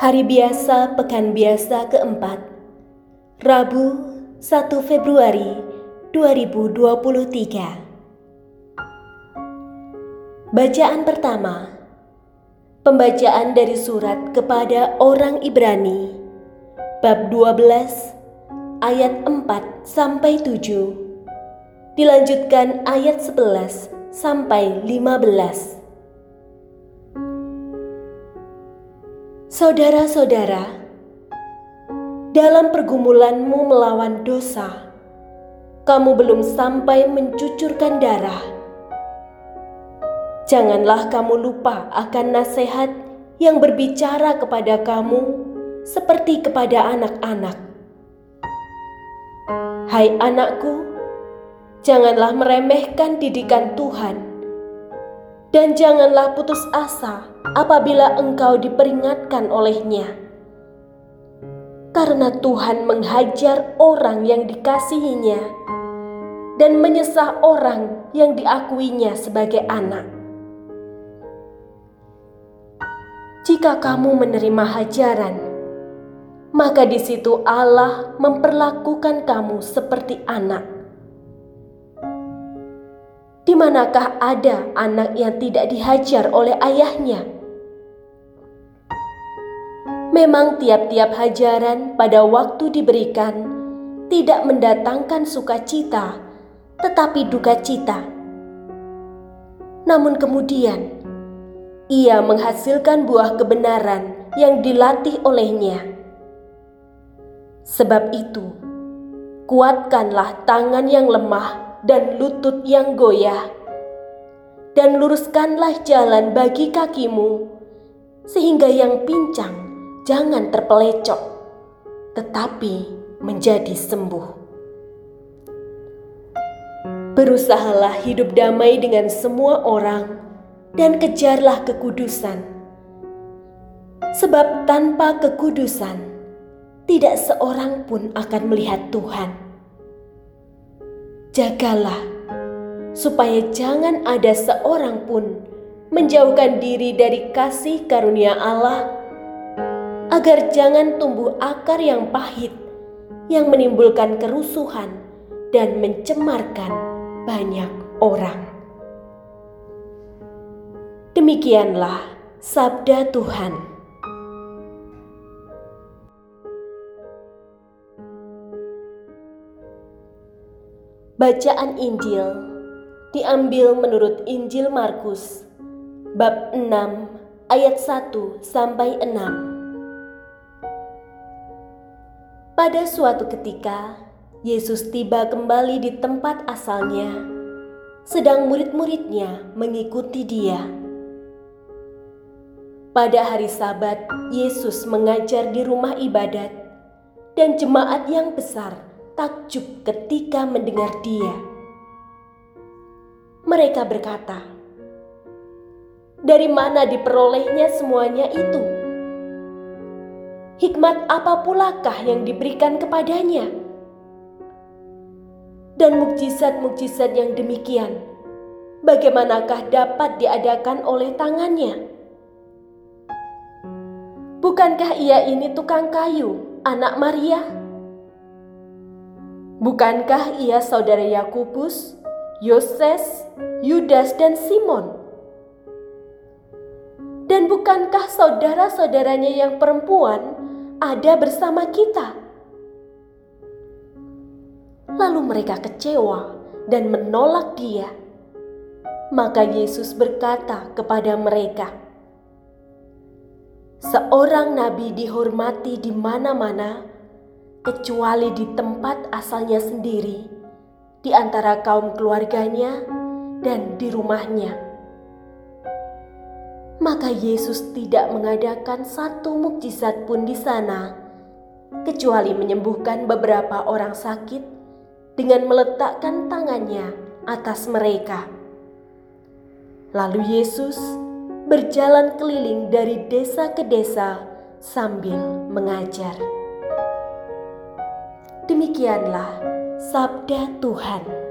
Hari biasa pekan biasa keempat, Rabu 1 Februari 2023. Bacaan pertama, pembacaan dari surat kepada orang Ibrani, bab 12, ayat 4-7, dilanjutkan ayat 11-15. Saudara-saudara, dalam pergumulanmu melawan dosa, kamu belum sampai mencucurkan darah. Janganlah kamu lupa akan nasihat yang berbicara kepada kamu seperti kepada anak-anak. Hai anakku, janganlah meremehkan didikan Tuhan, dan janganlah putus asa apabila engkau diperingatkan olehnya. Karena Tuhan menghajar orang yang dikasihinya dan menyesah orang yang diakuinya sebagai anak. Jika kamu menerima hajaran, maka di situ Allah memperlakukan kamu seperti anak. Di manakah ada anak yang tidak dihajar oleh ayahnya? Memang tiap-tiap hajaran pada waktu diberikan tidak mendatangkan sukacita, tetapi duka cita. Namun kemudian, ia menghasilkan buah kebenaran yang dilatih olehnya. Sebab itu, kuatkanlah tangan yang lemah dan lutut yang goyah, dan luruskanlah jalan bagi kakimu, sehingga yang pincang jangan terpelecok, tetapi menjadi sembuh. Berusahalah hidup damai dengan semua orang, dan kejarlah kekudusan. Sebab tanpa kekudusan, tidak seorang pun akan melihat Tuhan. Jagalah, supaya jangan ada seorang pun menjauhkan diri dari kasih karunia Allah, agar jangan tumbuh akar yang pahit, yang menimbulkan kerusuhan dan mencemarkan banyak orang. Demikianlah sabda Tuhan. Bacaan Injil diambil menurut Injil Markus, bab 6, ayat 1-6. Pada suatu ketika, Yesus tiba kembali di tempat asalnya, sedang murid-muridnya mengikuti Dia. Pada hari Sabat, Yesus mengajar di rumah ibadat, dan jemaat yang besar takjub ketika mendengar Dia. Mereka berkata, "Dari mana diperolehnya semuanya itu? Hikmat apa pulakah yang diberikan kepadanya? Dan mukjizat-mukjizat yang demikian, bagaimanakah dapat diadakan oleh tangannya? Bukankah ia ini tukang kayu, anak Maria? Bukankah ia saudara Yakobus, Yoses, Yudas, dan Simon? Dan bukankah saudara-saudaranya yang perempuan ada bersama kita?" Lalu mereka kecewa dan menolak Dia. Maka Yesus berkata kepada mereka, "Seorang nabi dihormati di mana-mana, kecuali di tempat asalnya sendiri, di antara kaum keluarganya dan di rumahnya." Maka Yesus tidak mengadakan satu mukjizat pun di sana, kecuali menyembuhkan beberapa orang sakit dengan meletakkan tangannya atas mereka. Lalu Yesus berjalan keliling dari desa ke desa sambil mengajar. Demikianlah sabda Tuhan.